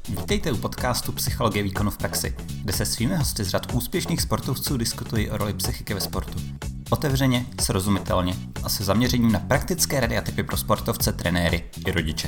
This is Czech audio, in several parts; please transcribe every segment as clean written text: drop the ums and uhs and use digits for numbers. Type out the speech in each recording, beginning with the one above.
Vítejte u podcastu Psychologie výkonu v praxi, kde se svými hosty z řad úspěšných sportovců diskutují o roli psychiky ve sportu. Otevřeně, srozumitelně a se zaměřením na praktické rady a tipy pro sportovce, trenéry i rodiče.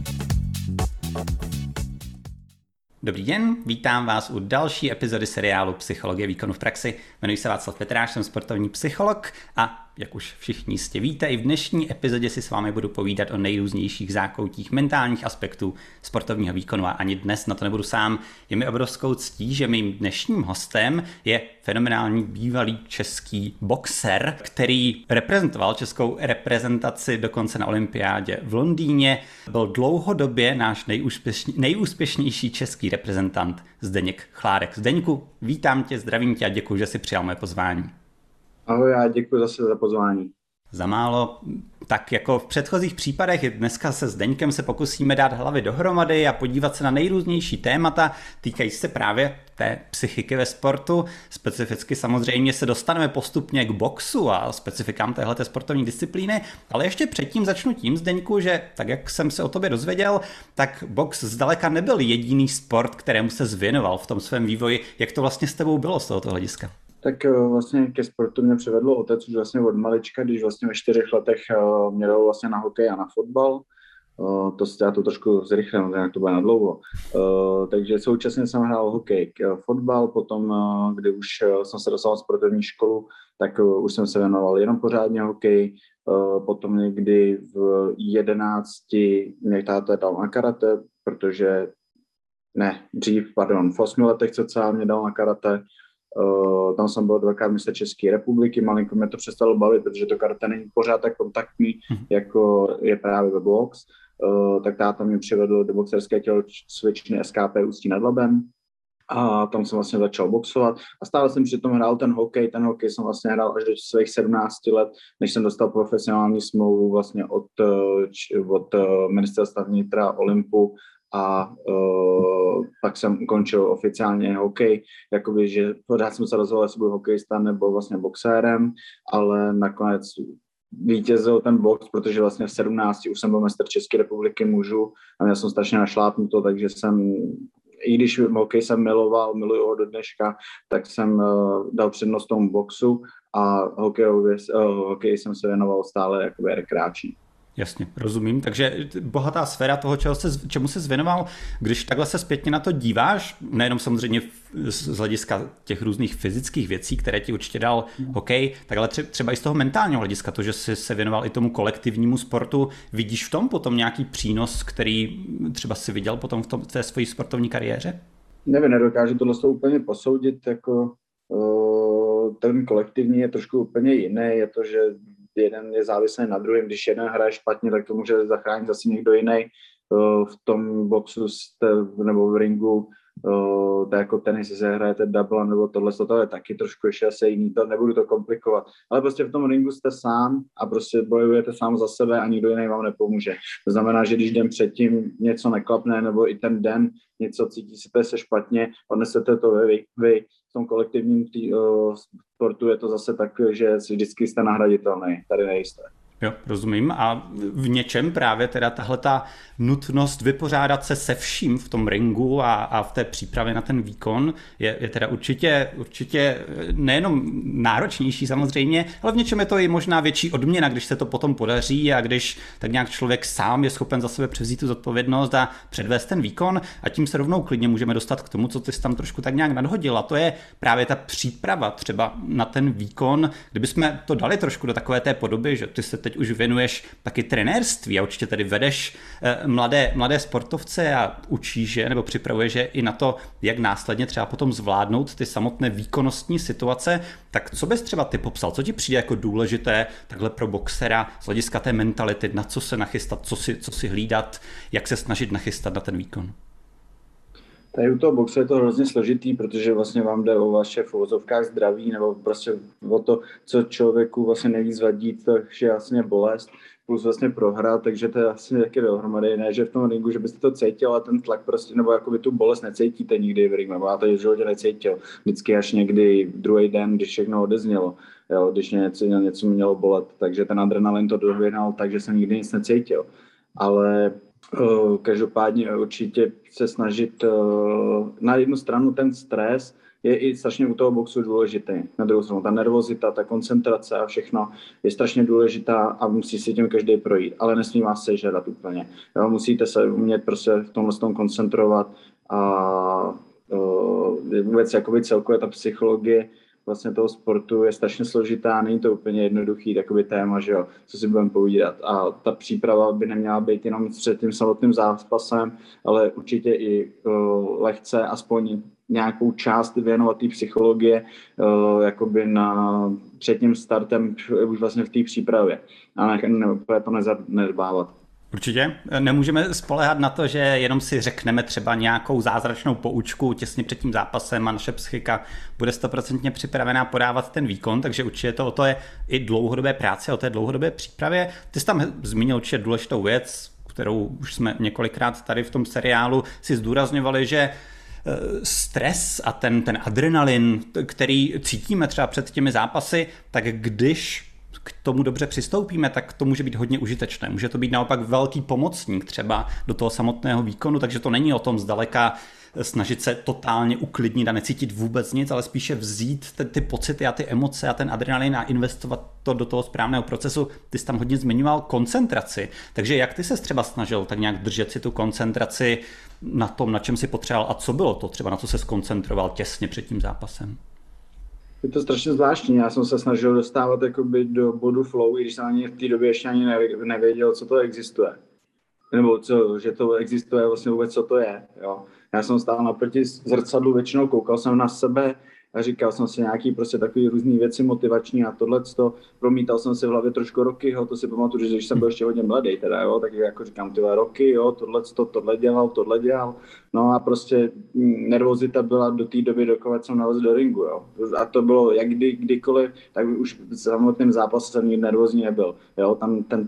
Dobrý den, vítám vás u další epizody seriálu Psychologie výkonu v praxi. Jmenuji se Václav Petráš, jsem sportovní psycholog a jak už všichni jistě víte, i v dnešní epizodě si s vámi budu povídat o nejrůznějších zákoutích mentálních aspektů sportovního výkonu a ani dnes na to nebudu sám. Je mi obrovskou ctí, že mým dnešním hostem je fenomenální bývalý český boxer, který reprezentoval českou reprezentaci dokonce na olympiádě v Londýně. Byl dlouhodobě náš nejúspěšnější český reprezentant Zdeněk Chládek. Zdeňku, vítám tě, zdravím tě a děkuji, že jsi přijal moje pozvání. Ahoj, já děkuji zase za pozvání. Za málo, tak jako v předchozích případech, dneska se s Deňkem se pokusíme dát hlavy dohromady a podívat se na nejrůznější témata, týkají se právě té psychiky ve sportu. Specificky samozřejmě se dostaneme postupně k boxu a specifikám téhleté sportovní disciplíny, ale ještě předtím začnu tím, Zdeňku, že tak jak jsem se o tobě dozvěděl, tak box zdaleka nebyl jediný sport, kterému se věnoval v tom svém vývoji. Jak to vlastně s tebou bylo z tohoto hlediska? Tak vlastně ke sportu mě přivedl otec už vlastně od malička, když vlastně ve 4 letech mě dal vlastně na hokej a na fotbal. Já to trošku zrychlím, jak to bude na dlouho. Takže současně jsem hrál hokej, fotbal, potom, kdy už jsem se dostal na sportovní školu, tak už jsem se věnoval jenom pořádně hokej. Potom někdy v 11 mě táta dal na karate, v 8 letech cca mě dal na karate. Tam jsem byl 2krát mistr České republiky, malinko mě to přestalo bavit, protože to karate není pořád tak kontaktní, jako je právě ve box. Tak táta mě přivedl do boxerské tělocvičny SKP Ústí nad Labem a tam jsem vlastně začal boxovat a stále jsem přitom hrál ten hokej jsem vlastně hrál až do svých 17 let, než jsem dostal profesionální smlouvu vlastně od ministerstva vnitra Olympu. A pak jsem ukončil oficiálně hokej, jakoby, že pořád jsem se rozhodl, jestli budu hokejista nebo vlastně boxérem, ale nakonec vítězil ten box, protože vlastně v 17 už jsem byl mistr České republiky mužů a měl jsem strašně našlápnuto, takže i když hokej jsem miluju ho do dneška, tak jsem dal přednost tomu boxu a hokej jsem se věnoval stále jakoby rekreační. Jasně, rozumím. Takže bohatá sféra toho, čemu se věnoval, když takhle se zpětně na to díváš, nejenom samozřejmě z hlediska těch různých fyzických věcí, které ti určitě dal hokej, tak ale třeba i z toho mentálního hlediska, to, že jsi se věnoval i tomu kolektivnímu sportu, vidíš v tom potom nějaký přínos, který třeba si viděl potom v té své sportovní kariéře? Nevím, nedokážu tohle úplně posoudit, jako ten kolektivní je trošku úplně jiný, je to, že jeden je závislý na druhém, když jeden hraje špatně, tak to může zachránit zase někdo jiný. V tom boxu nebo v ringu, to jako tenis, jestli hrajete double nebo tohle, to je taky trošku ještě asi jiný, to nebudu to komplikovat. Ale prostě v tom ringu jste sám a prostě bojujete sám za sebe a nikdo jiný vám nepomůže. To znamená, že když den předtím něco neklapne nebo i ten den něco cítíte se špatně, odnesete to vy. V tom kolektivním sportu je to zase tak, že vždycky jste nahraditelný, tady nejste. Jo, rozumím. A v něčem právě teda tahleta nutnost vypořádat se se vším v tom ringu a v té přípravě na ten výkon je teda určitě nejenom náročnější samozřejmě, ale v něčem je to i možná větší odměna, když se to potom podaří a když tak nějak člověk sám je schopen za sebe převzít tu zodpovědnost a předvést ten výkon a tím se rovnou klidně můžeme dostat k tomu, co ty jsi tam trošku tak nějak nadhodil, a to je právě ta příprava třeba na ten výkon, kdybychom to dali trošku do takové té podoby, že ty se teď už věnuješ taky trenérství a určitě tady vedeš mladé sportovce a učíš je nebo připravuješ je i na to, jak následně třeba potom zvládnout ty samotné výkonnostní situace. Tak co bys třeba ty popsal? Co ti přijde jako důležité takhle pro boxera z hlediska té mentality, na co se nachystat, co si hlídat, jak se snažit nachystat na ten výkon? Tady u toho boxu je to hrozně složitý, protože vlastně vám jde o vaše v uvozovkách zdraví nebo prostě o to, co člověku vlastně nejvíc vadí, takže vlastně bolest plus vlastně prohra, takže to je asi taky dohromady, ne, že v tom ringu, že byste to cítil, ale ten tlak prostě, nebo jako vy tu bolest necítíte nikdy v ringu, nebo já to v životě necítil, vždycky až někdy druhý den, když všechno odeznělo, jo, když něco mělo bolet, takže ten adrenalin to dohnal, takže jsem nikdy nic necítil, ale Každopádně určitě se snažit na jednu stranu ten stres je i strašně u toho boxu důležitý. Na druhou stranu ta nervozita, ta koncentrace a všechno je strašně důležitá a musí si tím každý projít, ale nesmí vás sežrat úplně. Jo, musíte se umět prostě v tomhle tom koncentrovat a vůbec jakoby celkově ta psychologie vlastně toho sportu je strašně složitá, není to úplně jednoduchý takový téma, že jo, co si budeme povídat. A ta příprava by neměla být jenom před tím samotným zápasem, ale určitě i lehce aspoň nějakou část věnovat té psychologie jakoby před tím startem už vlastně v té přípravě. A to nezadbávat. Určitě. Nemůžeme spoléhat na to, že jenom si řekneme třeba nějakou zázračnou poučku těsně před tím zápasem a naše psychika bude 100% připravená podávat ten výkon, takže určitě to je i dlouhodobé práce, o té dlouhodobé přípravě. Ty jsi tam zmínil určitě důležitou věc, kterou už jsme několikrát tady v tom seriálu si zdůrazňovali, že stres a ten adrenalin, který cítíme třeba před těmi zápasy, tak když k tomu dobře přistoupíme, tak to může být hodně užitečné. Může to být naopak velký pomocník třeba do toho samotného výkonu, takže to není o tom zdaleka snažit se totálně uklidnit a necítit vůbec nic, ale spíše vzít ty pocity a ty emoce a ten adrenalin a investovat to do toho správného procesu. Ty jsi tam hodně zmiňoval koncentraci, takže jak ty se třeba snažil tak nějak držet si tu koncentraci na tom, na čem si potřeboval a co bylo to třeba, na co se skoncentroval těsně před tím zápasem? Je to strašně zvláštní, já jsem se snažil dostávat jakoby do bodu flow, i když jsem ani v té době ještě ani nevěděl, co to existuje. Nebo že to existuje vlastně vůbec, co to je. Jo. Já jsem stál naproti zrcadlu, většinou koukal jsem na sebe a říkal jsem si nějaký prostě takový různý věci motivační a tohleto. Promítal jsem si v hlavě trošku Rockyho, to si pamatuju, že když jsem byl ještě hodně mladý, teda, jo, tak jako říkám, tyhle Rocky, jo, tohle dělal. No a prostě nervozita byla do té doby, dokud jsem nalez do ringu, jo. A to bylo jak kdykoliv, tak už v samotném zápase jsem nikdy nervózní nebyl, jo,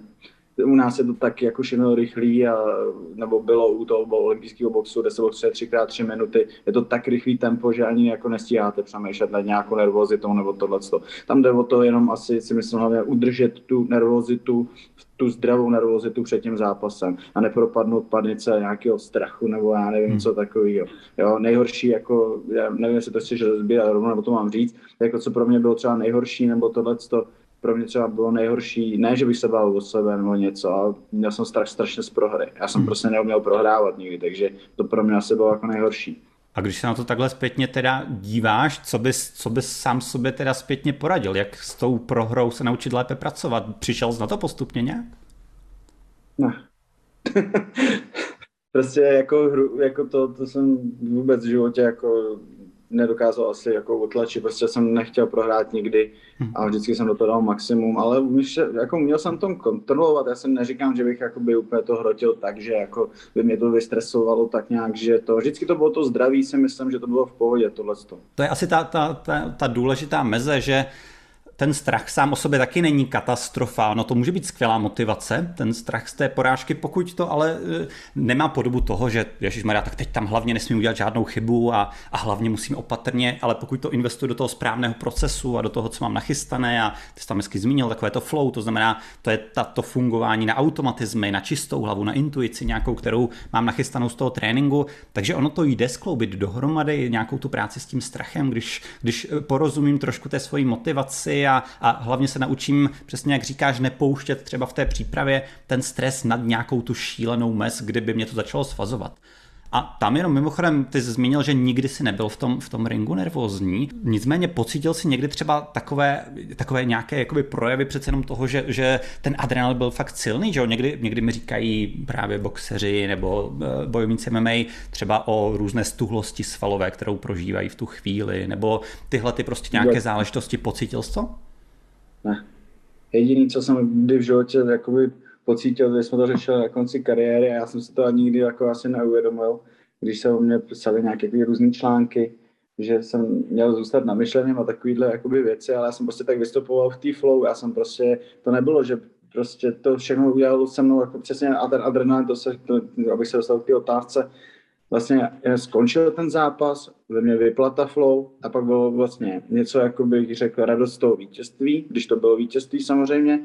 u nás je to tak jako všechno rychlý, nebo bylo u toho olympijského boxu, kde se boxuje 3x3 minuty, je to tak rychlý tempo, že ani jako nestíháte přemýšlet nad nějakou nervozitou nebo tohleto. Tam jde o to jenom asi si myslím hlavně udržet tu nervozitu, tu zdravou nervozitu před tím zápasem a nepropadnout panice nějakého strachu nebo já nevím co takového. Jo, nejhorší, jako, já nevím, jestli to chceš rozbírat rovnou, nebo to mám říct, jako co pro mě bylo třeba nejhorší, nebo tohleto, pro mě třeba bylo nejhorší, ne, že bych se bál o sebe nebo něco, ale měl jsem strach strašně z prohry. Já jsem prostě neuměl prohrávat nikdy, takže to pro mě asi bylo jako nejhorší. A když se na to takhle zpětně teda díváš, co bys sám sobě teda zpětně poradil? Jak s tou prohrou se naučit lépe pracovat? Přišel jsi na to postupně nějak? Ne. Prostě jako to jsem vůbec v životě jako nedokázal asi jako utlačit, prostě jsem nechtěl prohrát nikdy a vždycky jsem do toho dal maximum, ale jako měl jsem to kontrolovat, já jsem neříkám, že bych jako by úplně to hrotil tak, že jako by mě to vystresovalo tak nějak, že to, vždycky to bylo to zdraví, si myslím, že to bylo v pohodě tohleto. To je asi ta důležitá meze, že ten strach sám o sobě taky není katastrofa, no to může být skvělá motivace, ten strach z té porážky, pokud to ale nemá podobu toho, že ježišmarja, tak teď tam hlavně nesmím udělat žádnou chybu a hlavně musím opatrně, ale pokud to investuji do toho správného procesu a do toho, co mám nachystané a ty jsi tam hezky zmínil, takové to flow, to znamená, to je to fungování na automatizmy, na čistou hlavu, na intuici nějakou, kterou mám nachystanou z toho tréninku, takže ono to jde skloubit dohromady nějakou tu práci s tím strachem, když porozumím trošku té svojí motivaci a hlavně se naučím, přesně jak říkáš, nepouštět třeba v té přípravě ten stres nad nějakou tu šílenou mez, kdyby mě to začalo svazovat. A tam jenom mimochodem, ty jsi zmínil, že nikdy si nebyl v tom ringu nervózní, nicméně pocítil si někdy třeba takové nějaké jakoby projevy přece jenom toho, že ten adrenalin byl fakt silný, že jo? Někdy mi říkají právě boxeři nebo bojovníci MMA třeba o různé stuhlosti svalové, kterou prožívají v tu chvíli, nebo tyhle ty prostě nějaké záležitosti, pocítil jsi to? Ne. Jediný, co jsem kdy v životě jakoby pocítil, že jsme to řešili na konci kariéry a já jsem si to ani nikdy jako asi neuvědomil, když se o mě psali nějaké různé články, že jsem měl zůstat namyšleným a takovýhle jakoby věci, ale já jsem prostě tak vystupoval v té flow, já jsem prostě, to nebylo, že prostě to všechno udělalo se mnou jako přesně a ten adrenalin, abych se dostal k té otázce, vlastně skončil ten zápas, ve mně vypla ta flow a pak bylo vlastně něco, jako bych řekl, radost toho vítězství, když to bylo vítězství samozřejmě,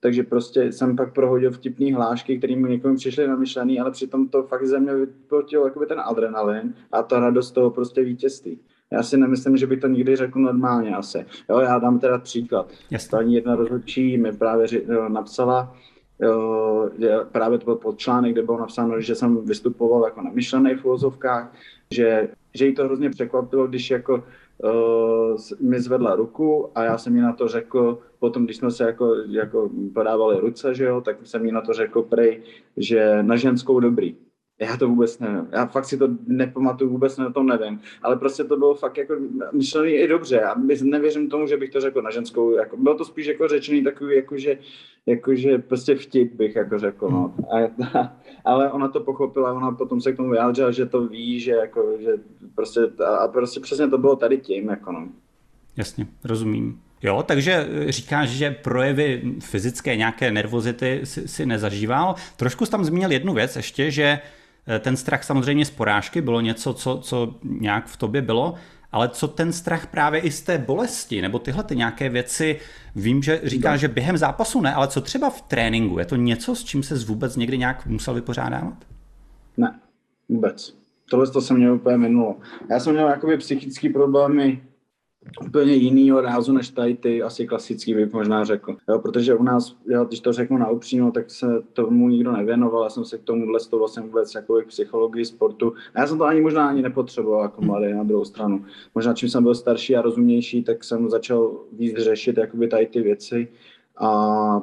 takže prostě jsem pak prohodil vtipný hlášky, které mi někomu přišly namyšlený, ale přitom to fakt ze mě vypotil jakoby ten adrenalin a ta radost toho prostě vítězství. Já si nemyslím, že bych to nikdy řekl normálně asi. Jo, já dám teda příklad. Paní jedna rozhodčí mi právě napsala, právě to byl podčlánek, kde bylo napsáno, že jsem vystupoval jako namyšlený v uvozovkách, že jí to hrozně překvapilo, když jako mi zvedla ruku a já jsem jí na to řekl, potom když jsme se jako podávali ruce, že jo, tak jsem jí na to řekl prej, že na ženskou dobrý. Já to vůbec nevím. Já fakt si to nepamatuju, vůbec o tom nevím. Ale prostě to bylo fakt jako myšlený i dobře. Já nevěřím tomu, že bych to řekl na ženskou. Jako, bylo to spíš jako řečený takový, jakože prostě vtip bych jako řekl. No. Ale ona to pochopila, ona potom se k tomu vyjádřila, že to ví, že prostě přesně to bylo tady tím. Jako no. Jasně, rozumím. Jo, takže říkáš, že projevy fyzické nějaké nervozity si nezažíval. Trošku jsi tam zmínil jednu věc ještě, že ten strach samozřejmě z porážky bylo něco, co nějak v tobě bylo, ale co ten strach právě i z té bolesti, nebo tyhle ty nějaké věci, vím, že říkáš, že během zápasu ne, ale co třeba v tréninku, je to něco, s čím ses vůbec někdy nějak musel vypořádávat? Ne, vůbec. Tohle to se mě úplně minulo. Já jsem měl jakoby psychické problémy úplně jinýho rázu než tady ty asi klasický bych možná řekl. Jo, protože u nás, když to řeknu na upřímno, tak se tomu nikdo nevěnoval. Já jsem se k tomuhle z toho vlastně vůbec jako k psychologii sportu. A já jsem to možná ani nepotřeboval jako mladý na druhou stranu. Možná čím jsem byl starší a rozumnější, tak jsem začal víc řešit jakoby tady ty věci. A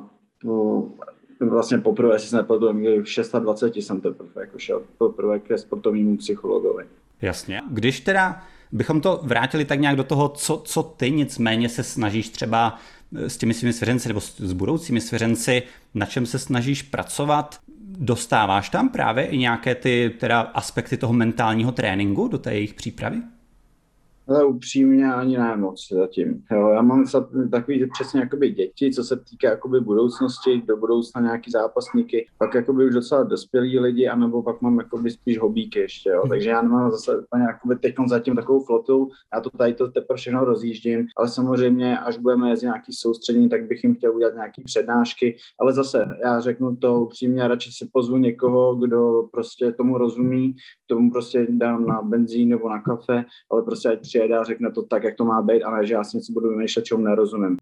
vlastně poprvé, jestli se nepletu, v 26 jsem teprve jako šel poprvé ke sportovnímu psychologovi. Jasně. Když teda bychom to vrátili tak nějak do toho, co ty nicméně se snažíš třeba s těmi svými svěřenci nebo s budoucími svěřenci, na čem se snažíš pracovat, dostáváš tam právě i nějaké ty teda aspekty toho mentálního tréninku do té jejich přípravy? Ale upřímně ani ne moc zatím. Jo, já mám takový přesně jakoby děti, co se týká jakoby budoucnosti, do budoucna nějaký zápasníky, pak jakoby už docela dospělí lidi, anebo pak mám jakoby spíš hobíky ještě, jo. Takže já nemám zase jakoby teďkon zatím takovou flotu, já to tady to teprve všechno rozjíždím, ale samozřejmě, až budeme jezdit nějaký soustředění, tak bych jim chtěl udělat nějaký přednášky, ale zase, já řeknu to upřímně, radši si pozvu někoho, kdo prostě tomu rozumí, tomu prostě dám na benzín nebo na kafe, ale prostě ať přijede a řekne to tak, jak to má být, a ne, že já si něco budu vymýšlet, čemu nerozumím.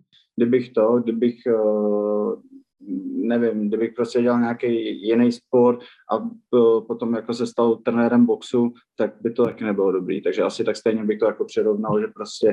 Kdybych prostě dělal nějaký jiný sport a potom jako se stal trenérem boxu, tak by to taky nebylo dobrý. Takže asi tak stejně bych to jako přirovnal, že prostě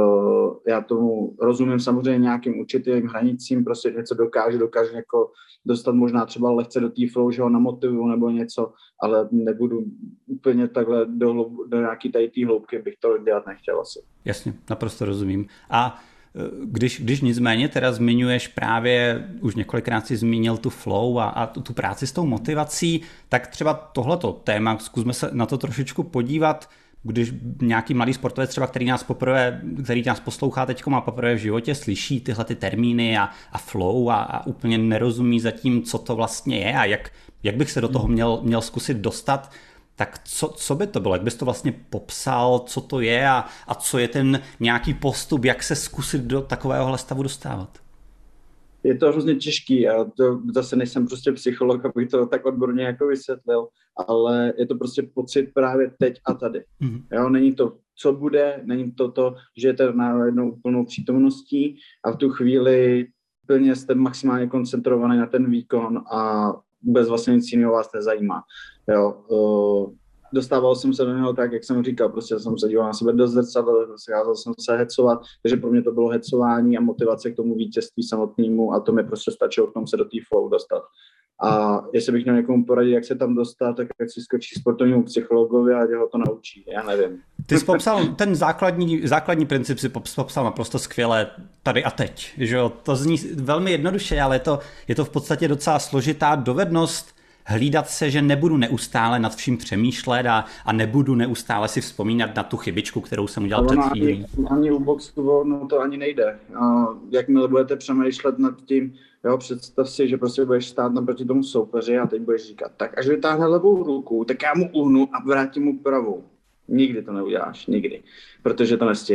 já tomu rozumím samozřejmě nějakým určitým hranicím, prostě něco dokážu jako dostat možná třeba lehce do té flow, že ho namotivuju nebo něco, ale nebudu úplně takhle do nějaký tady té hloubky, bych to dělat nechtěl asi. Jasně, naprosto rozumím. A když nicméně teda zmiňuješ právě, už několikrát si zmínil tu flow a tu práci s tou motivací, tak třeba tohleto téma, zkusme se na to trošičku podívat, když nějaký mladý sportovec třeba, který nás poslouchá teďko a poprvé v životě slyší tyhle ty termíny a flow a úplně nerozumí zatím, co to vlastně je a jak bych se do toho měl zkusit dostat, tak co by to bylo? Jak bys to vlastně popsal, co to je a co je ten nějaký postup, jak se zkusit do takovéhohle stavu dostávat? Je to hrozně těžký a to zase nejsem prostě psycholog, abych to tak odborně jako vysvětlil, ale je to prostě pocit právě teď a tady. Jo, není to, co bude, není to, že jste na jednou úplnou přítomností a v tu chvíli plně jste maximálně koncentrovaný na ten výkon a vůbec vlastně nic jiného vás nezajímá. Jo, dostával jsem se do něho tak, jak jsem říkal, prostě jsem se díval na sebe do zrcadla, scházal jsem se hecovat, takže pro mě to bylo hecování a motivace k tomu vítězství samotnému a to mi prostě stačilo k tomu se do té flow dostat. A jestli bych měl někomu poradit, jak se tam dostat, tak jak si skočí sportovnímu psychologovi a ho to naučí, já nevím. Ty jsi popsal ten základní princip, si popsal naprosto skvěle tady a teď. Že jo? To zní velmi jednoduše, ale je to v podstatě docela složitá dovednost hlídat se, že nebudu neustále nad vším přemýšlet a nebudu neustále si vzpomínat na tu chybičku, kterou jsem udělal před chvílí. Ani u boxu to ani nejde. Jakmile budete přemýšlet nad tím, jo, představ si, že prostě budeš stát naproti tomu soupeři a teď budeš říkat, tak až vytáhne levou ruku, tak já mu uhnu a vrátím mu pravou. Nikdy to neuděláš, nikdy, protože to nestihneš.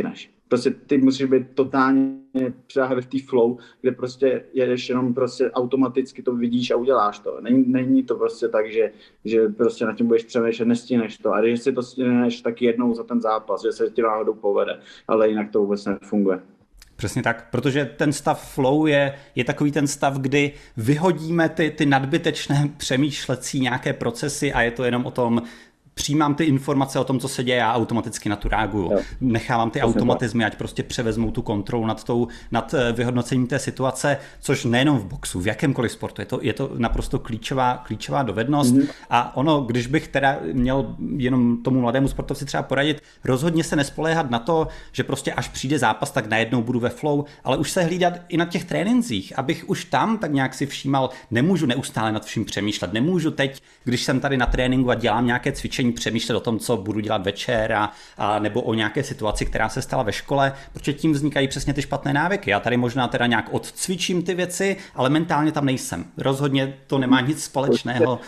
Prostě ty musíš být totálně právě v té flow, kde prostě jedeš jenom prostě automaticky to vidíš a uděláš to. Není to prostě tak, že prostě na tím budeš přemýšlet, nestíneš to. A když si to stíneš tak jednou za ten zápas, že se ti náhodou povede, ale jinak to vůbec nefunguje. Přesně tak, protože ten stav flow je takový ten stav, kdy vyhodíme ty nadbytečné přemýšlecí nějaké procesy a je to jenom o tom, přijímám ty informace o tom, co se děje, já automaticky na tu reaguju. Jo. Nechávám ty automatizmy, ať prostě převezmou tu kontrolu nad vyhodnocením té situace, což nejenom v boxu, v jakémkoliv sportu. Je to naprosto klíčová dovednost. A ono, když bych teda měl jenom tomu mladému sportovci třeba poradit, rozhodně se nespoléhat na to, že prostě až přijde zápas, tak najednou budu ve flow, ale už se hlídat i na těch tréninzích, abych už tam tak nějak si všímal, nemůžu neustále nad vším přemýšlet, nemůžu teď, když jsem tady na tréninku a dělám nějaké cvičení, přemýšlet o tom, co budu dělat večer a nebo o nějaké situaci, která se stala ve škole, protože tím vznikají přesně ty špatné návyky. Já tady možná teda nějak odcvičím ty věci, ale mentálně tam nejsem. Rozhodně to nemá nic společného.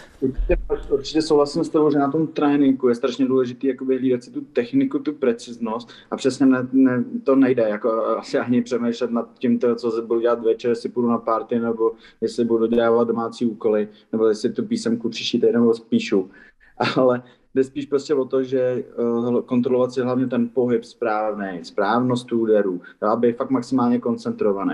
Určitě souhlasím s tebou, že na tom tréninku je strašně důležitý jakoby hlídat si tu techniku, tu preciznost a přesně to nejde jako asi ani přemýšlet nad tím, co se budu dělat večer, jestli půjdu na party nebo jestli budu dělat domácí úkoly nebo jestli tu písemku příští týden nebo spíšu. Ale jde spíš prostě o to, že kontrolovat si hlavně ten pohyb správný, správnost úderů, aby fakt maximálně koncentrovaný.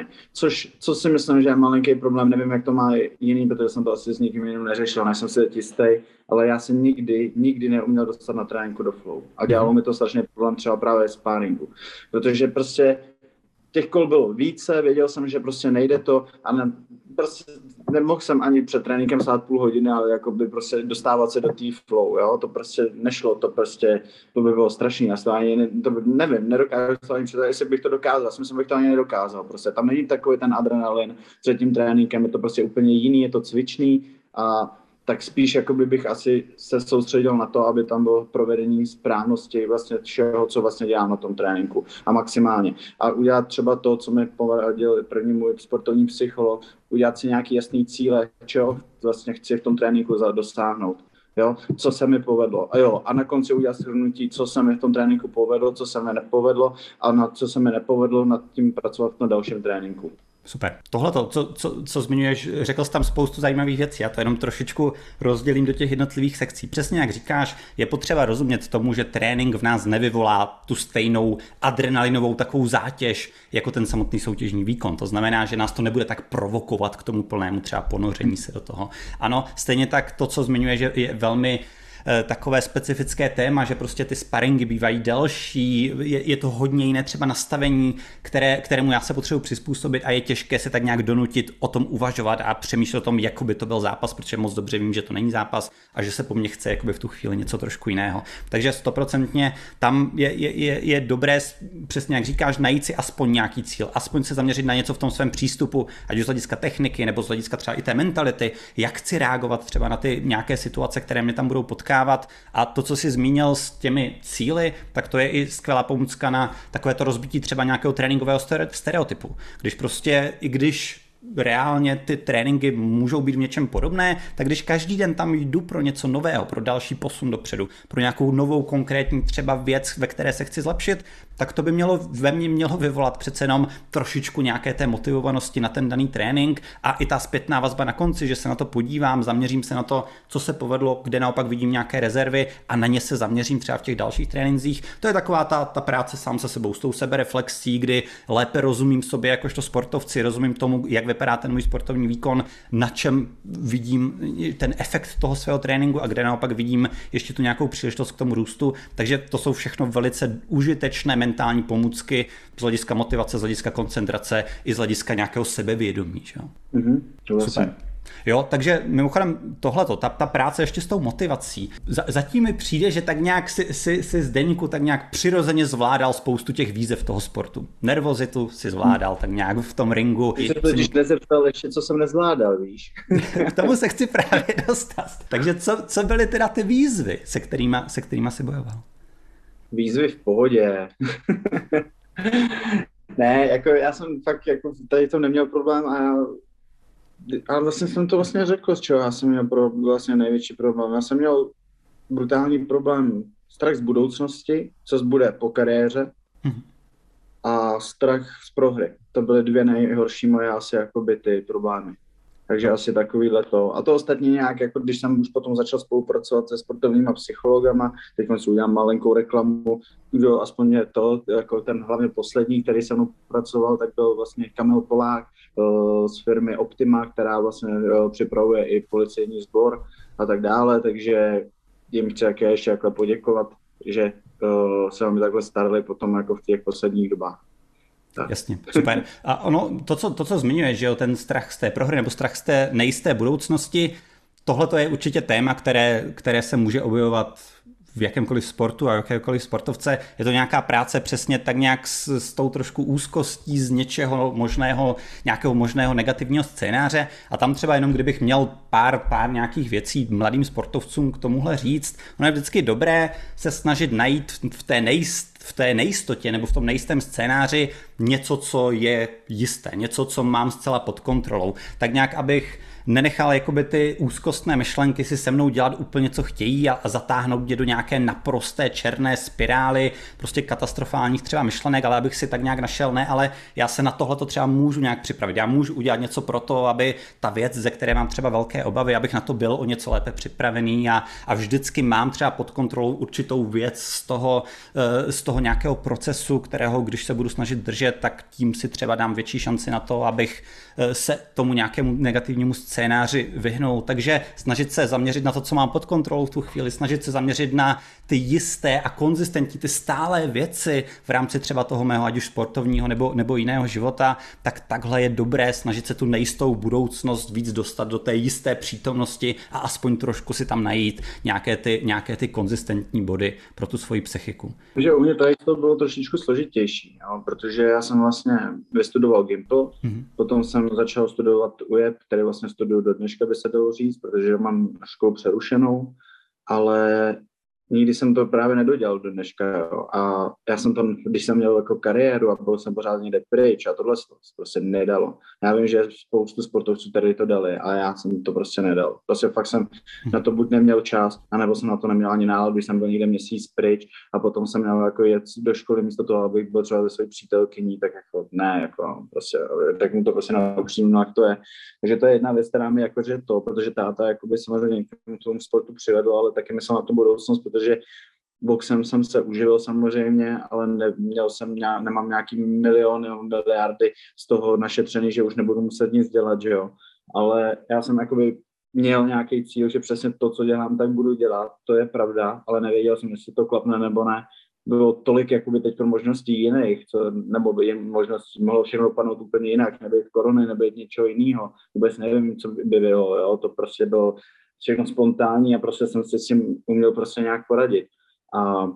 Co si myslím, že je malinký problém, nevím, jak to má jiný, protože jsem to asi s nikým jiným neřešil, nejsem si jistý, ale já jsem nikdy neuměl dostat na tréninku do flow. A dělalo mi to strašně problém třeba právě sparingu, protože prostě těch kol bylo více, věděl jsem, že prostě nejde to a prostě nemohl jsem ani před tréninkem stát půl hodiny, ale jakoby prostě dostávat se do té flow, jo, to prostě nešlo, to by bylo strašný, já nevím, nedokážu to ani představit, jestli bych to dokázal, já si myslím, bych to ani nedokázal, prostě tam není takový ten adrenalin před tím tréninkem, je to prostě úplně jiný, je to cvičný a tak spíš jakoby bych asi se soustředil na to, aby tam bylo provedení správnosti vlastně všeho, co vlastně dělám na tom tréninku a maximálně. A udělat třeba to, co mi poradil první můj sportovní psycholog, udělat si nějaký jasný cíle, čeho vlastně chci v tom tréninku dosáhnout. Jo, co se mi povedlo. A na konci udělat shrnutí, co se mi v tom tréninku povedlo, co se mi nepovedlo a na co se mi nepovedlo, nad tím pracovat na dalším tréninku. Super. Tohleto, co zmiňuješ, řekl jsi tam spoustu zajímavých věcí, já to jenom trošičku rozdělím do těch jednotlivých sekcí. Přesně jak říkáš, je potřeba rozumět tomu, že trénink v nás nevyvolá tu stejnou adrenalinovou takovou zátěž, jako ten samotný soutěžní výkon. To znamená, že nás to nebude tak provokovat k tomu plnému třeba ponoření se do toho. Ano, stejně tak to, co zmiňuješ, je velmi takové specifické téma, že prostě ty sparingy bývají delší, je to hodně jiné třeba nastavení, kterému já se potřebuji přizpůsobit a je těžké se tak nějak donutit o tom uvažovat a přemýšlet o tom, jako by to byl zápas, protože moc dobře vím, že to není zápas a že se po mně chce jakoby v tu chvíli něco trošku jiného. Takže 100% tam je dobré, přesně jak říkáš, najít si aspoň nějaký cíl, aspoň se zaměřit na něco v tom svém přístupu, ať už z hlediska techniky nebo z hlediska třeba i té mentality, jak chci reagovat třeba na ty nějaké situace, které mě tam budou potkávat. A to, co jsi zmínil s těmi cíli, tak to je i skvělá pomůcka na takovéto rozbití třeba nějakého tréninkového stereotypu. I když reálně ty tréninky můžou být v něčem podobné, tak když každý den tam jdu pro něco nového, pro další posun dopředu, pro nějakou novou konkrétní třeba věc, ve které se chci zlepšit, tak to by ve mně mělo vyvolat přece jenom trošičku nějaké té motivovanosti na ten daný trénink a i ta zpětná vazba na konci, že se na to podívám, zaměřím se na to, co se povedlo, kde naopak vidím nějaké rezervy a na ně se zaměřím třeba v těch dalších trénincích. To je taková ta práce sám se sebou, s tou sebereflexí, kdy lépe rozumím sobě jakožto sportovci, rozumím tomu, jak vypadá ten můj sportovní výkon, na čem vidím ten efekt toho svého tréninku a kde naopak vidím ještě tu nějakou příležitost k tomu růstu. Takže to jsou všechno velice užitečné mentální pomůcky z hlediska motivace, z hlediska koncentrace i z hlediska nějakého sebevědomí. Super. Jo, takže mimochodem tohleto, ta práce ještě s tou motivací. Zatím mi přijde, že tak nějak si Zdeňku tak nějak přirozeně zvládal spoustu těch výzev toho sportu. Nervozitu si zvládal tak nějak v tom ringu. Když se totiž nezeptal ještě, co jsem nezvládal, víš. K tomu se chci právě dostat. Takže co byly teda ty výzvy, se kterýma si bojoval? Výzvy v pohodě. Ne, jako já jsem fakt jako tady to neměl problém a vlastně jsem to vlastně řekl, z čeho já jsem měl vlastně největší problém. Já jsem měl brutální problém, strach z budoucnosti, co bude po kariéře a strach z prohry. To byly dvě nejhorší moje asi jakoby ty problémy. Takže asi takovýhle to. A to ostatní nějak, jako když jsem už potom začal spolupracovat se sportovníma psychologama, teď si udělám malinkou reklamu, kdo aspoň je to, jako ten hlavně poslední, který se mnou pracoval, tak byl vlastně Kamil Polák z firmy Optima, která vlastně připravuje i policejní sbor a tak dále, takže jim chci ještě jako poděkovat, že se mi takhle starali potom jako v těch posledních dobách. Tak. Jasně, super. A ono, to, co zmiňuješ, že jo, ten strach z té prohry nebo strach z té nejisté budoucnosti, tohle to je určitě téma, které se může objevovat v jakémkoliv sportu a jakékoliv sportovce. Je to nějaká práce přesně tak nějak s tou trošku úzkostí z nějakého možného negativního scénáře a tam třeba jenom kdybych měl pár nějakých věcí mladým sportovcům k tomuhle říct, ono je vždycky dobré se snažit najít v té nejistotě nebo v tom nejistém scénáři něco, co je jisté, něco, co mám zcela pod kontrolou. Tak nějak, abych nenechal jakoby ty úzkostné myšlenky si se mnou dělat úplně, co chtějí a zatáhnout je do nějaké naprosté černé spirály, prostě katastrofálních třeba myšlenek, ale abych si tak nějak našel, ne, ale já se na tohleto třeba můžu nějak připravit. Já můžu udělat něco pro to, aby ta věc, ze které mám třeba velké obavy, abych na to byl o něco lépe připravený a vždycky mám třeba pod kontrolou určitou věc z toho nějakého procesu, kterého když se budu snažit držet, tak tím si třeba dám větší šanci na to, abych se tomu nějakému negativnímu scénáři vyhnul. Takže snažit se zaměřit na to, co mám pod kontrolou v tu chvíli, snažit se zaměřit na ty jisté a konzistentní, ty stálé věci v rámci třeba toho mého, ať už sportovního nebo jiného života, tak takhle je dobré snažit se tu nejistou budoucnost víc dostat do té jisté přítomnosti a aspoň trošku si tam najít nějaké ty konzistentní body pro tu svoji psychiku. Takže u mě to bylo trošičku složitější, jo, protože já jsem vlastně vystudoval Gimpl, potom jsem začal studovat UJEP, který vlastně studuju do dneška, by se dalo říct, protože mám školu přerušenou, ale nikdy jsem to právě nedodělal do dneška, jo. A já jsem tam, když jsem měl jako kariéru a byl jsem pořád někde pryč a tohle se prostě nedalo. Já vím, že spoustu sportovců tady to dali, ale já jsem to prostě nedal. Prostě fakt jsem na to buď neměl čas, anebo jsem na to neměl ani náladu, když jsem byl někde měsíc pryč a potom jsem měl jako jet do školy místo toho, abych byl třeba se svojí přítelkyní, tak jako ne, jako prostě, tak mu to prostě naučím, no jak to je. Takže to je jedna věc, která mi jakože to, protože táta jakoby samozřejmě k tomu sportu přivedl, ale taky myslel na tu budoucnost, protože boxem jsem se uživil samozřejmě, ale nemám nějaký miliardy z toho našetřený, že už nebudu muset nic dělat, že jo. Ale já jsem jakoby měl nějaký cíl, že přesně to, co dělám, tak budu dělat, to je pravda, ale nevěděl jsem, jestli to klapne nebo ne. Bylo tolik jakoby teď pro možností jiných, nebo by jim možností mohlo všechno dopadnout úplně jinak, nebejt korony, nebejt něčeho jiného. Vůbec nevím, co by bylo, jo. To prostě bylo všechno spontánní a prostě jsem si s tím uměl prostě nějak poradit. A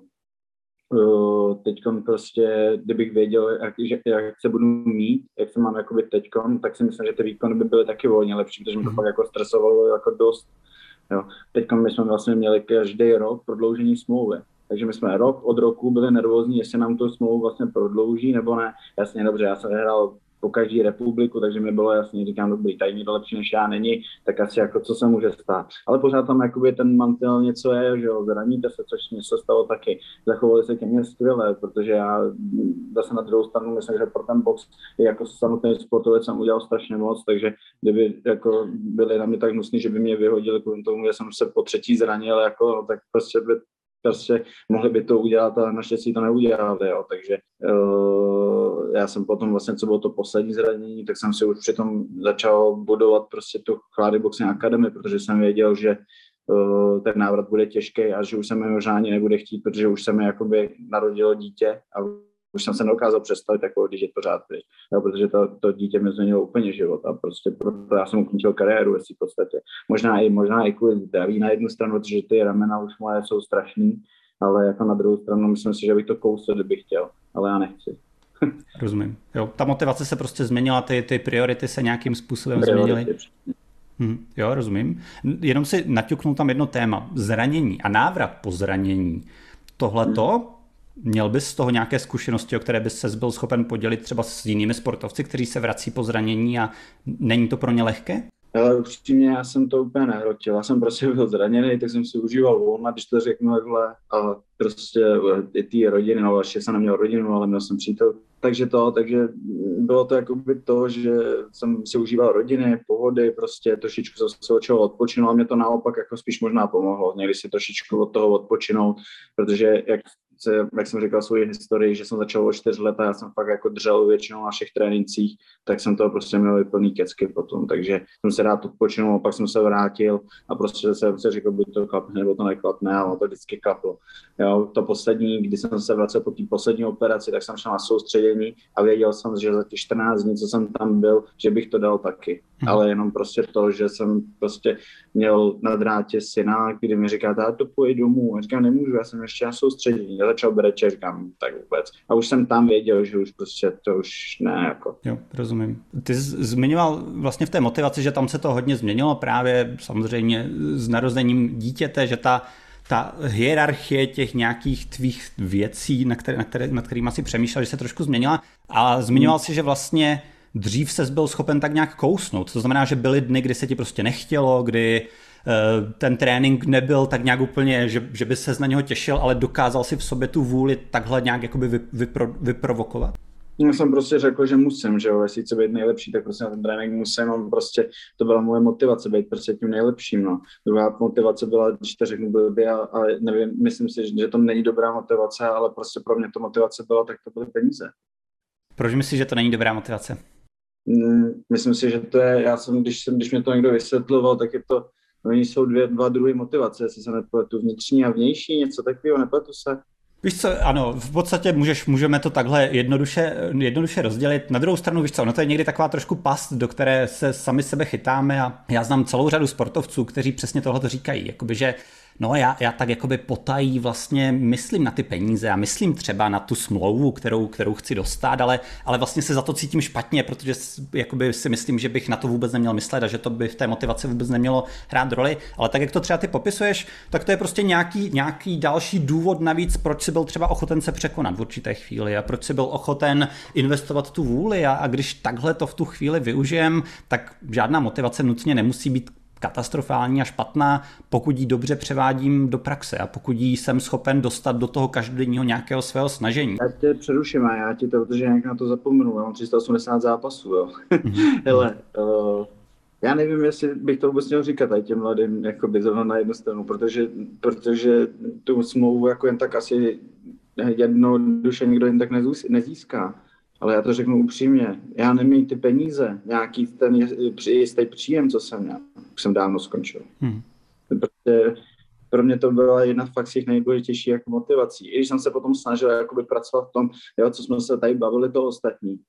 teďkon prostě, kdybych věděl, jak se budu mít, jak se mám jakoby teďkon, tak si myslím, že ty výkony by byly taky volně lepší, protože mi to pak jako stresovalo jako dost. Jo. Teďkon my jsme vlastně měli každý rok prodloužení smlouvy. Takže my jsme rok od roku byli nervózní, jestli nám tu smlouvu vlastně prodlouží nebo ne. Jasně, dobře, já jsem hrál po každý republiku, takže mi bylo jasně, říkám, dobrý, tady někdo lepší než já není, tak asi jako co se může stát. Ale pořád tam jakoby ten mantinel něco je, že jo, zraníte se, což mě se stalo taky. Zachovali se ke mně skvěle, protože já zase na druhou stranu myslím, že pro ten box je jako samotný sportovec jsem udělal strašně moc, takže kdyby jako byli na mě tak hnusný, že by mě vyhodili kvůli tomu, že jsem se po třetí zranil, jako, tak prostě mohli by to udělat a naštěstí to neudělali, jo. Takže já jsem potom vlastně, co bylo to poslední zranění, tak jsem si už přitom začal budovat prostě tu Chlády Boxing Academy, protože jsem věděl, že ten návrat bude těžký a že už se mi možná ani nebude chtít, protože už se mi jakoby narodilo dítě a už jsem se nedokázal představit, jako když je pořád pryč, protože to dítě mi změnilo úplně život a prostě proto já jsem ukončil kariéru, jestli v podstatě. Možná i kvůli zdraví na jednu stranu, protože ty ramena už moje jsou strašný, ale jako na druhou stranu myslím si, že bych to kousl, kdybych chtěl, ale já nechci. Rozumím. Jo, ta motivace se prostě změnila, ty priority se nějakým způsobem změnily. Jo, rozumím. Jenom si naťuknu tam jedno téma. Zranění a návrat po zranění. Tohleto, měl bys z toho nějaké zkušenosti, o které bys se byl schopen podělit třeba s jinými sportovci, kteří se vrací po zranění a není to pro ně lehké? Ale upřímně já jsem to úplně nehrotil. Já jsem prostě byl zraněný, tak jsem si užíval volna, když to řeknu takhle. A prostě i ty rodiny, no ještě jsem neměl rodinu, ale měl jsem přítel. Takže bylo to jakoby to, že jsem si užíval rodiny, pohody, prostě trošičku jsem se od čeho odpočinul a mě to naopak jako spíš možná pomohlo. Někdy si trošičku od toho odpočinout, protože jak jsem říkal svou historii, že jsem začal o 4 let a já jsem fakt jako držel většinou na všech trénincích, tak jsem toho prostě měl plný kecky potom, takže jsem se rád odpočinul, pak jsem se vrátil a prostě jsem si řekl, buď to klapne, nebo to neklapne, ale to vždycky klaplo. Jo, to poslední, kdy jsem se vracel po té poslední operaci, tak jsem šel na soustředění a věděl jsem, že za těch 14 dní, co jsem tam byl, že bych to dal taky. Ale jenom prostě to, že jsem prostě měl na drátě syna, kdy mi říká, táto pojď domů. A říkám, nemůžu, já jsem ještě na soustředění. Já začal breče, říkám, tak vůbec. A už jsem tam věděl, že už prostě to už ne, jako. Jo, rozumím. Ty zmiňoval vlastně v té motivaci, že tam se to hodně změnilo právě samozřejmě s narozením dítěte, že ta hierarchie těch nějakých tvých věcí, nad kterými si přemýšlel, že se trošku změnila. A zmiňoval si, že vlastně dřív ses byl schopen tak nějak kousnout. To znamená, že byly dny, kdy se ti prostě nechtělo, kdy ten trénink nebyl tak nějak úplně, že by ses na něho těšil, ale dokázal si v sobě tu vůli takhle nějak jakoby vyprovokovat? Já jsem prostě řekl, že musím, že jo, jestli chci být nejlepší, tak prostě na ten trénink musím, a prostě to byla moje motivace, být prostě tím nejlepším, no. Druhá motivace byla, když to řeknu blbě, ale nevím, myslím si, že to není dobrá motivace, ale prostě pro mě to motivace byla, tak to byly peníze. Proč myslíš, že to není dobrá motivace? Myslím si, že to je, když mě to někdo vysvětloval, tak je to, oni jsou dva druhy motivace, jestli se nepletu, vnitřní a vnější, něco takového, nepletu se. Víš co, ano, v podstatě můžeme to takhle jednoduše rozdělit. Na druhou stranu, víš co, no to je někdy taková trošku past, do které se sami sebe chytáme a já znám celou řadu sportovců, kteří přesně tohle říkají, jakoby, že no já tak jakoby potají vlastně myslím na ty peníze a myslím třeba na tu smlouvu, kterou chci dostat, ale vlastně se za to cítím špatně, protože jakoby si myslím, že bych na to vůbec neměl myslet a že to by v té motivaci vůbec nemělo hrát roli, ale tak jak to třeba ty popisuješ, tak to je prostě nějaký další důvod navíc, proč si byl třeba ochoten se překonat v určité chvíli a proč si byl ochoten investovat tu vůli a když takhle to v tu chvíli využijem, tak žádná motivace nutně nemusí být katastrofální a špatná, pokud ji dobře převádím do praxe a pokud ji jsem schopen dostat do toho každodenního nějakého svého snažení. Já tě přeruším a já ti to, protože nějak na to zapomenu, já mám 380 zápasů, jo. Hele, já nevím, jestli bych to vůbec měl říkat tady těm mladým, jakoby zrovna na jednu stranu, protože tu smlouvu jako jen tak asi jednoduše nikdo jen tak nezíská. Ale já to řeknu upřímně, já nemím ty peníze, nějaký ten jistý příjem, co jsem měl, už jsem dávno skončil. Protože pro mě to byla jedna fakt z těch nejdůležitějších jako motivací. I když jsem se potom snažil jakoby pracovat v tom, jo, co jsme se tady bavili, to ostatní.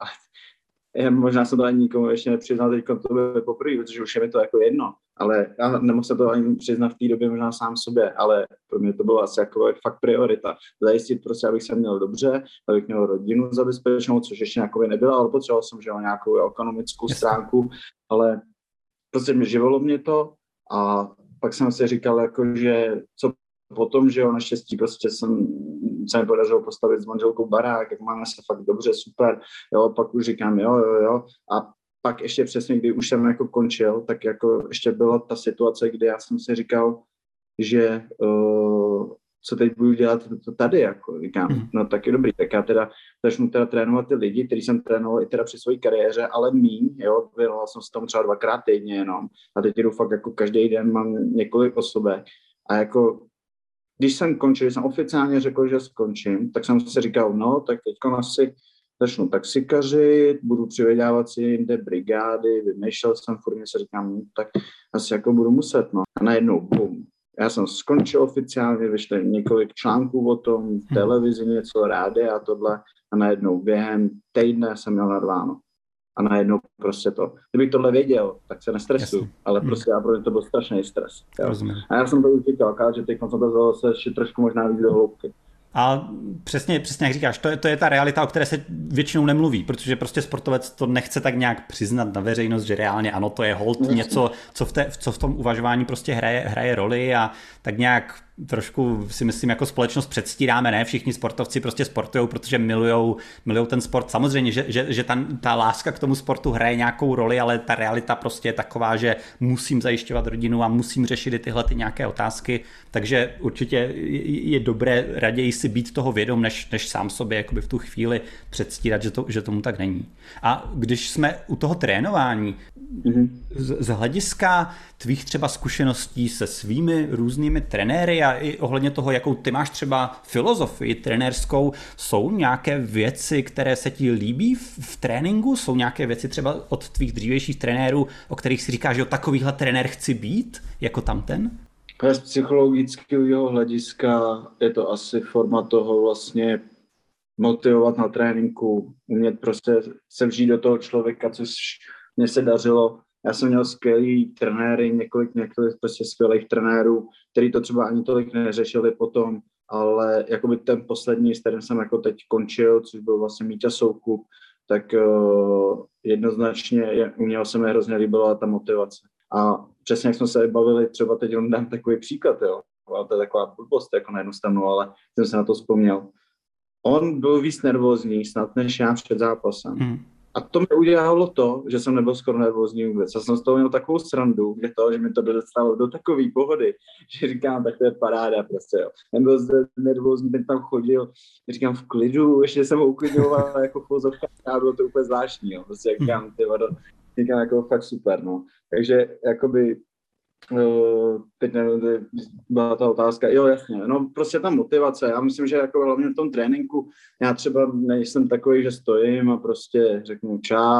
Možná jsem to ani nikomu ještě nepřiznal, teď to bude poprvé, protože už je mi to jako jedno, ale já nemohl se to ani přiznat v té době možná sám sobě, ale pro mě to bylo asi jako fakt priorita. Zajistit prostě, abych se měl dobře, abych měl rodinu zabezpečenou, což ještě nějakou nebyla, ale potřeboval jsem, že nějakou ekonomickou stránku, ale prostě živilo mě to a pak jsem si říkal, jako, že co potom, že jo, naštěstí prostě se mi podařilo postavit s manželkou barák, jak máme se fakt dobře, super, jo, pak už říkám jo, a pak ještě přesně, kdy už jsem jako končil, tak jako ještě byla ta situace, kdy já jsem si říkal, že co teď budu dělat tady, jako říkám, no tak je dobrý, tak já začnu trénovat ty lidi, který jsem trénoval i teda při své kariéře, ale míň, jo, věnoval jsem se tomu třeba 2x týdně jenom a teď jdu fakt jako každý den mám několik osobek a jako když jsem končil, když jsem oficiálně řekl, že skončím, tak jsem si říkal, no, tak teďka asi začnu taxikařit, budu přivydělávat si jinde brigády, vymýšlel jsem, furt se říkám, no, tak asi jako budu muset, no. A najednou, bum. Já jsem skončil oficiálně, vyšlo několik článků o tom, v televizi něco, rádia a tohle, a najednou během týdne jsem měl narváno. A najednou prostě to. Kdybych tohle věděl, tak se nestresuju, ale prostě pro mě to byl strašný stres. A já jsem to už říkal, že teď jsem to vzal se ještě trošku možná víc do hloubky. A přesně jak říkáš, to je ta realita, o které se většinou nemluví, protože prostě sportovec to nechce tak nějak přiznat na veřejnost, že reálně ano, to je holt něco, co v tom uvažování prostě hraje roli a tak nějak trošku si myslím jako společnost předstíráme, ne všichni sportovci prostě sportujou, protože milujou ten sport. Samozřejmě, že ta láska k tomu sportu hraje nějakou roli, ale ta realita prostě je taková, že musím zajišťovat rodinu a musím řešit i tyhle ty nějaké otázky, takže určitě je dobré raději si být toho vědom, než sám sobě jakoby v tu chvíli předstírat, že tomu tak není. A když jsme u toho trénování, z hlediska tvých třeba zkušeností se svými různými trenéry a i ohledně toho, jakou ty máš třeba filozofii trenérskou, jsou nějaké věci, které se ti líbí v tréninku? Jsou nějaké věci třeba od tvých dřívějších trenérů, o kterých si říkáš, že takovýhle trenér chci být, jako tamten? Z psychologického hlediska je to asi forma toho vlastně motivovat na tréninku, umět prostě se vžít do toho člověka, což mně se dařilo. Já jsem měl skvělý trenéry, několik prostě skvělých trenérů, který to třeba ani tolik neřešili potom, ale jakoby ten poslední, s kterým jsem jako teď končil, což byl vlastně Míťa Soukup, tak jednoznačně u něho se mi hrozně líbila ta motivace. A přesně jak jsme se bavili, třeba teď on dám takový příklad, jo. A to je taková blbost jako na jednu stranu, ale jsem se na to vzpomněl. On byl víc nervózní snad než já před zápasem. A to mi udělalo to, že jsem nebyl skoro nervózní vůbec. Já jsem z toho měl takovou srandu, že mi to dostalo do takové pohody, že říkám, tak to je paráda prostě, jo. Nebyl nervózní, ten tam chodil, říkám v klidu, ještě jsem ho uklidňoval jako pozorka, a bylo to úplně zvláštní, jo. Prostě říkám, říkám jako fakt super, no. Takže jakoby teď nevím, byla ta otázka, jo jasně, no prostě ta motivace, já myslím, že jako hlavně v tom tréninku, já třeba nejsem takový, že stojím a prostě řeknu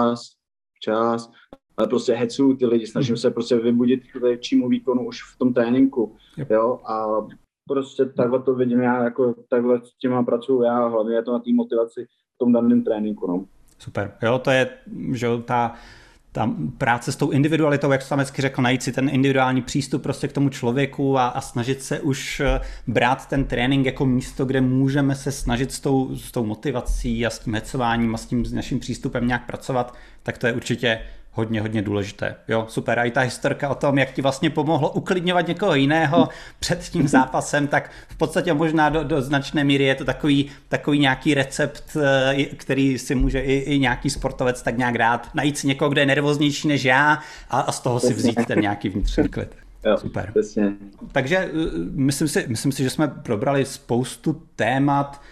čas, ale prostě hecuju ty lidi, snažím se prostě vybudit k většímu výkonu už v tom tréninku, jo, a prostě takhle to vidím já, jako takhle s těma pracuju já, hlavně je to na té motivaci v tom daném tréninku, no. Super, jo, to je, že ta práce s tou individualitou, jak jsi tam hezky řekl, najít si ten individuální přístup prostě k tomu člověku a snažit se už brát ten trénink jako místo, kde můžeme se snažit s tou motivací a s tím hecováním a s tím naším přístupem nějak pracovat, tak to je určitě hodně důležité. Jo, super. A i ta historka o tom, jak ti vlastně pomohlo uklidňovat někoho jiného před tím zápasem, tak v podstatě možná do značné míry je to takový nějaký recept, který si může i nějaký sportovec tak nějak dát. Najít si někoho, kdo je nervóznější než já a z toho si vzít ten nějaký vnitřní klid. Jo, super. Přesně. Takže myslím si, že jsme probrali spoustu témat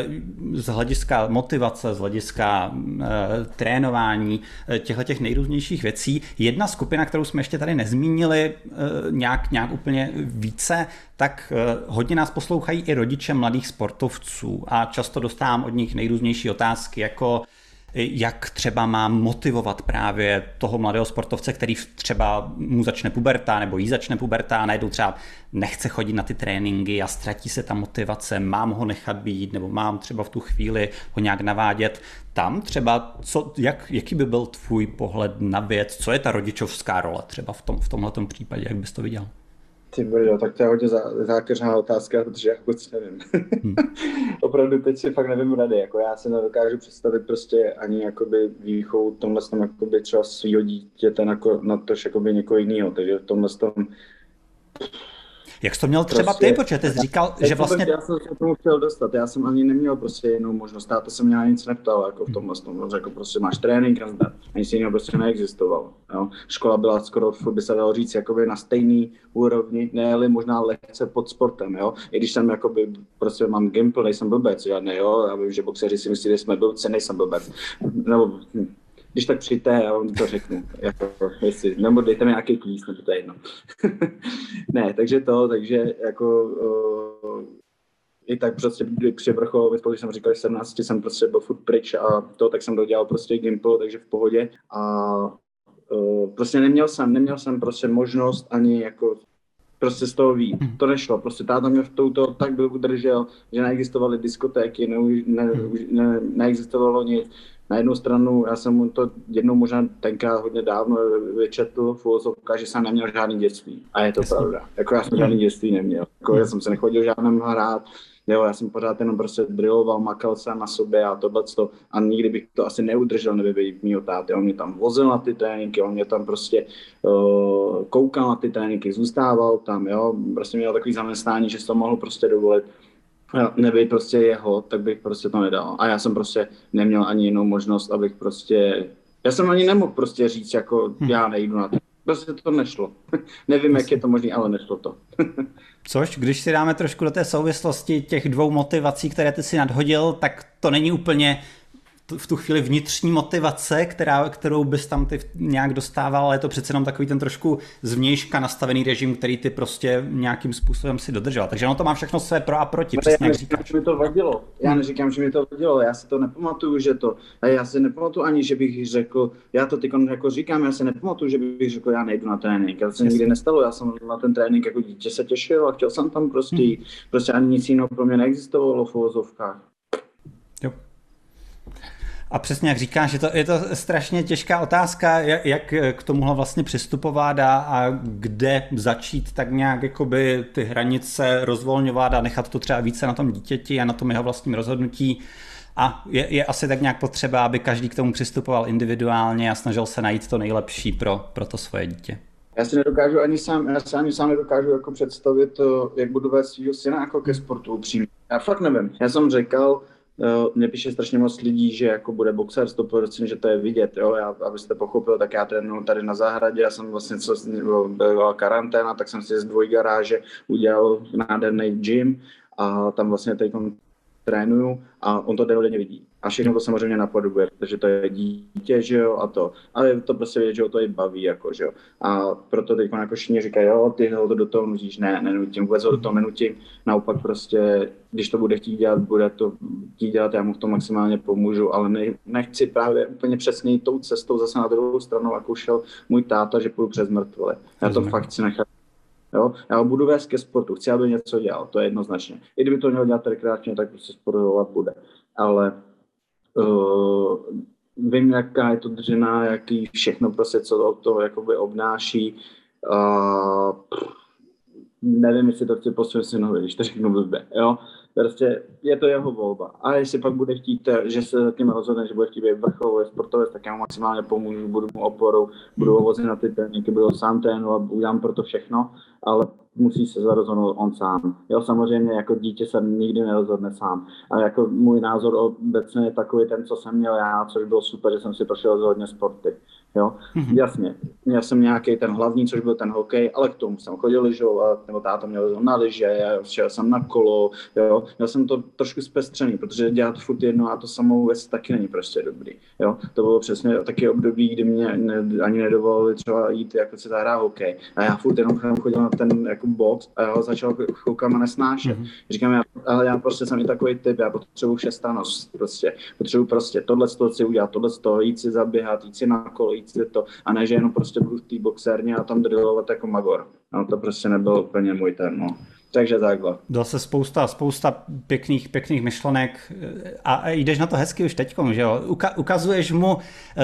z hlediska motivace, z hlediska trénování, těch nejrůznějších věcí. Jedna skupina, kterou jsme ještě tady nezmínili nějak úplně více, tak hodně nás poslouchají i rodiče mladých sportovců a často dostávám od nich nejrůznější otázky, jako jak třeba mám motivovat právě toho mladého sportovce, který třeba mu začne puberta nebo jí začne puberta a najednou třeba nechce chodit na ty tréninky a ztratí se ta motivace, mám ho nechat být nebo mám třeba v tu chvíli ho nějak navádět. Tam třeba, jaký by byl tvůj pohled na věc, co je ta rodičovská role třeba v tomhletom případě, jak bys to viděl? Ty brdo, tak to je hodně zákeřná otázka, protože já vůbec nevím. Opravdu teď si fakt nevím rady, jako já si nedokážu představit prostě ani jakoby výchovu tomhle tom jakoby třeba svýho dítěte na to, jakoby někoho jiného, takže v tomhle tom. Jak jsi to měl třeba prostě, ty, protože ty jsi říkal, že vlastně... Já jsem se k tomu chtěl dostat, já jsem ani neměl prostě jinou možnost, táta se mě nic neptal, jako v tomhle tom, on řekl prostě máš trénink a zdar, nic jiného prostě neexistovalo, jo. Škola byla skoro, by se dalo říct, jakoby na stejný úrovni, ne-li možná lehce pod sportem, jo, i když jsem jakoby, prostě mám gimpl, nejsem blbec, žádný, jo, já vím, že boxeři si myslí, že jsme blbci, nejsem blbec, nebo... Když tak přijďte, já vám to řeknu, jako, jestli, nebo dejte mi nějaký kvíz, nebo to je jedno. Ne, takže jako i tak prostě při vrcholově, když jsem říkal, že 17 jsem prostě byl furt pryč a tak jsem dodělal prostě gimpl, takže v pohodě a prostě neměl jsem prostě možnost ani jako prostě z toho ví. To nešlo, prostě táta mě v touto tak byl udržel, že neexistovaly diskotéky, neexistovalo nic. Na jednu stranu, já jsem mu to jednou možná tenkrát hodně dávno vyčetl v uvozovkách, že jsem neměl žádný dětství. A je to pravda. Jako já jsem žádný dětství neměl. Jako já jsem se nechodil žádným hrát. Jo, já jsem pořád jenom prostě drilloval, makal jsem na sobě a tohleto. A nikdy bych to asi neudržel, nebýt mýho táty. On mě tam vozil na ty tréninky, on mě tam prostě koukal na ty tréninky, zůstával tam, jo. Prostě měl takový zaměstnání, že si to mohl prostě dovolit. Nebejt prostě jeho, tak bych prostě to nedal. A já jsem prostě neměl ani jinou možnost, abych prostě... Já jsem ani nemohl prostě říct, jako já nejdu na to. Prostě to nešlo. Nevím, jak je to možné, ale nešlo to. Což, když si dáme trošku do té souvislosti těch dvou motivací, které ty si nadhodil, tak to není úplně v tu chvíli vnitřní motivace, kterou bys tam ty nějak dostával, ale je to přece jenom takový ten trošku zvnějška nastavený režim, který ty prostě nějakým způsobem si dodržel. Takže ono to má všechno své pro a proti, přesně jak říkáš. Že mi to vadilo. Já neříkám, že mi to vadilo, já si to nepamatuju, že to. A já si nepamatuju ani, že bych řekl, já to teď jako říkám, já si nepamatuju, že bych řekl, já nejdu na trénink. To se nikdy nestalo, já jsem na ten trénink jako dítě se těšil a chtěl jsem tam prostě jít. Prostě ani nic jiného pro mě neexistovalo v uvozovkách. Jo. A přesně jak říkáš, je to strašně těžká otázka, jak k tomuhle vlastně přistupovat a kde začít tak nějak jakoby ty hranice rozvolňovat a nechat to třeba více na tom dítěti a na tom jeho vlastním rozhodnutí. A je asi tak nějak potřeba, aby každý k tomu přistupoval individuálně a snažil se najít to nejlepší pro to svoje dítě. Já si ani sám nedokážu jako představit, jak budu vést svýho syna jako ke sportu upřímně. Já fakt nevím. Já jsem řekl, mě píše strašně moc lidí, že jako bude boxer 100%, že to je vidět, jo, abyste pochopil, tak já trénuji tady na zahradě, já jsem vlastně, byla karanténa, tak jsem si z dvojgaráže udělal nádherný gym a tam vlastně teď trénuju a on to denně vidí. A všechno to samozřejmě napodobuje, protože to je dítě, že jo, a to. Ale to prostě vědět, že ho to i baví, jako, že jo. A proto teď jako všichni říkají, jo, ty ho to do toho nutíš, ne, nenutím, vůbec ho do toho nenutím. Naopak prostě, když to bude chtít dělat, bude to chtít dělat, já mu v tom maximálně pomůžu, ale nechci právě úplně přesně jít tou cestou zase na druhou stranu, jako šel můj táta, že půjdu přes mrtvole. Já to fakt chci nechat. Jo? Já ho budu vést ke sportu, chci, aby něco dělal, to je jednoznačně. I kdyby to měl dělat rekreačně, tak prostě sportovat bude. Ale vím, jaká je to dřina, jaký všechno prostě, co to jakoby obnáší. Nevím, jestli to chci posunout synovi, když to řeknu blbě, jo. Prostě je to jeho volba. A jestli pak bude chtít, že se tím rozhodne, že bude chtít být vrcholový sportovec, tak já mu maximálně pomůžu, budu mu oporou, budu ho vozit na ty tréninky, budu ho sám trénovat, udělám pro to všechno, ale musí se rozhodnout on sám. Jo, samozřejmě jako dítě se nikdy nerozhodne sám. A jako můj názor obecně je takový ten, co jsem měl já, což bylo super, že jsem si prošel hodně sporty. Jo, jasně. Měl jsem nějaký ten hlavní, což byl ten hokej, ale k tomu jsem chodil lyžovat, nebo táta měl na lyže, já šel jsem na kolo, jo. Měl jsem to trošku zpestřený, protože dělat furt jedno a to samou věc taky není prostě dobrý, jo. To bylo přesně taky období, kdy mě ani nedovolili třeba jít, jako se zahrá hokej. A já furt jenom chodil na ten jako box a já ho začal chvilkama nesnášet. Říkám, ale já prostě jsem i takový typ, já potřebuji všestrannost, potřebuji prostě tohle si udělat, tohle jít si zaběhat, jít si na kolo, jít si to, a ne, že jenom prostě budu v té boxérně a tam drillovat jako magor. No to prostě nebylo úplně můj ten, no. Takže takhle. Dal se spousta pěkných myšlenek a jdeš na to hezky už teďkom, že jo? Ukazuješ mu,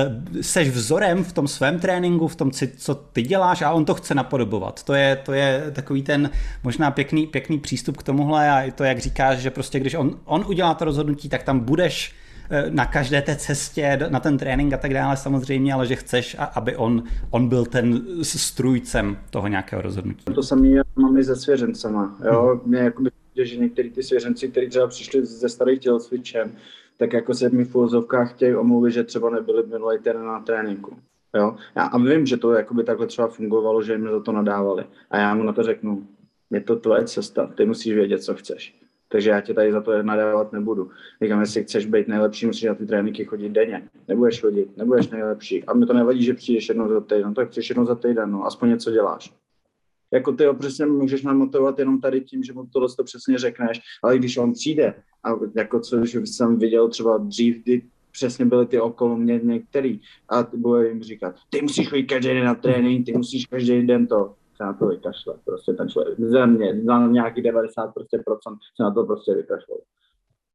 seš vzorem v tom svém tréninku, v tom, co ty děláš a on to chce napodobovat. To je takový ten možná pěkný přístup k tomuhle a i to, jak říkáš, že prostě když on udělá to rozhodnutí, tak tam budeš na každé té cestě, na ten trénink a tak dále samozřejmě, ale že chceš, aby on byl ten strůjcem toho nějakého rozhodnutí. To samé mám i se svěřencema. Jo? Mě jakoby, že některý ty svěřenci, kteří třeba přišli ze starých tělocvičen, tak jako se mi v uvozovkách chtějí omluvit, že třeba nebyli minulý týden na tréninku. Jo? A vím, že to jakoby takhle třeba fungovalo, že jim za to nadávali. A já mu na to řeknu, je to tvoje cesta, ty musíš vědět, co chceš. Takže já tě tady za to nadávat nebudu. Říkám, jestli chceš být nejlepší, musíš na ty tréninky chodit denně. Nebudeš chodit, nebudeš nejlepší. A mi to nevadí, že přijdeš jednou za týden, tak chceš jednou za týden, no, aspoň něco děláš. Jako ty ho přesně můžeš namotivovat jenom tady tím, že mu tohle to přesně řekneš, ale když on přijde, a jako co jsem viděl třeba dřív, kdy přesně byly ty okolo mě některý, a bude jim říkat, ty musíš chodit každý den na trénink, ty musíš každý den to. Se na to vykašle, prostě ten člověk. Za mě, za nějaký 90% se na to prostě vykašlou.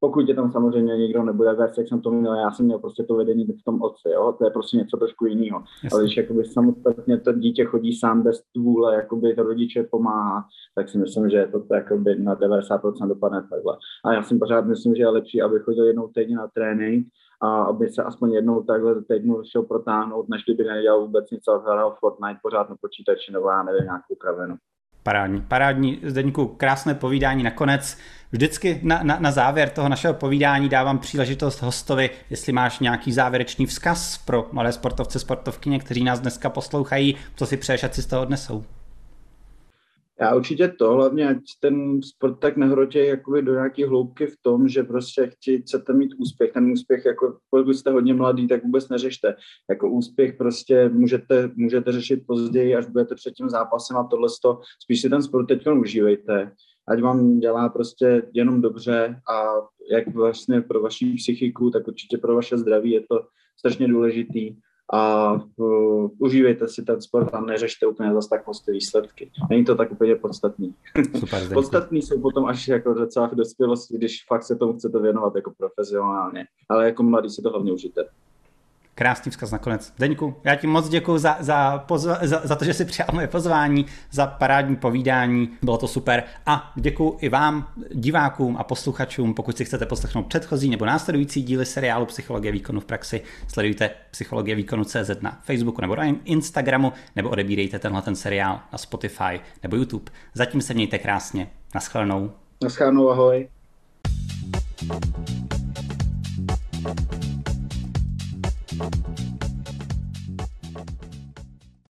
pokud je tam samozřejmě nikdo nebude vést, jak jsem to měl, já jsem měl prostě to vedení v tom otci, jo, to je prostě něco trošku jiného. Ale když jakoby samostatně to dítě chodí sám bez vůle, jakoby to rodiče pomáhá, tak si myslím, že to jakoby na 90% dopadne takhle. A já si pořád myslím, že je lepší, aby chodil jednou týdně na trénink a aby se aspoň jednou takhle do týdnu šel protáhnout, než kdyby nedělal vůbec nic a hrál Fortnite pořád na počítači nebo já nevím, nějakou kravinu. Parádní, Zdeňku, krásné povídání nakonec. Vždycky na závěr toho našeho povídání dávám příležitost hostovi, jestli máš nějaký závěrečný vzkaz pro malé sportovce, sportovkyně, kteří nás dneska poslouchají, co si přeješ, ať si z toho odnesou. Já určitě to, hlavně ať ten sport tak nehrotí jakoby do nějaké hloubky v tom, že prostě chcete mít úspěch. Ten úspěch, jako pokud jste hodně mladý, tak vůbec neřešte. Jako úspěch prostě můžete řešit později, až budete před tím zápasem a tohleto. Spíš si ten sport teď užívejte, ať vám dělá prostě jenom dobře a jak vlastně pro vaši psychiku, tak určitě pro vaše zdraví je to strašně důležitý. A užívejte si ten sport a neřešte úplně zase tak moc ty výsledky. Není to tak úplně podstatný. Super, podstatný jsou potom až jako docela v dospělosti, když fakt se tomu chcete věnovat jako profesionálně. Ale jako mladý si to hlavně užijte. Krásný vzkaz nakonec. Zdeňku, já ti moc děkuji za to, že jsi přijal moje pozvání, za parádní povídání, bylo to super a děkuji i vám, divákům a posluchačům, pokud si chcete poslechnout předchozí nebo následující díly seriálu Psychologie výkonu v praxi, sledujte Psychologie výkonu.cz na Facebooku nebo na Instagramu, nebo odebírejte ten seriál na Spotify nebo YouTube. Zatím se mějte krásně. Naschledanou. Naschledanou, ahoj.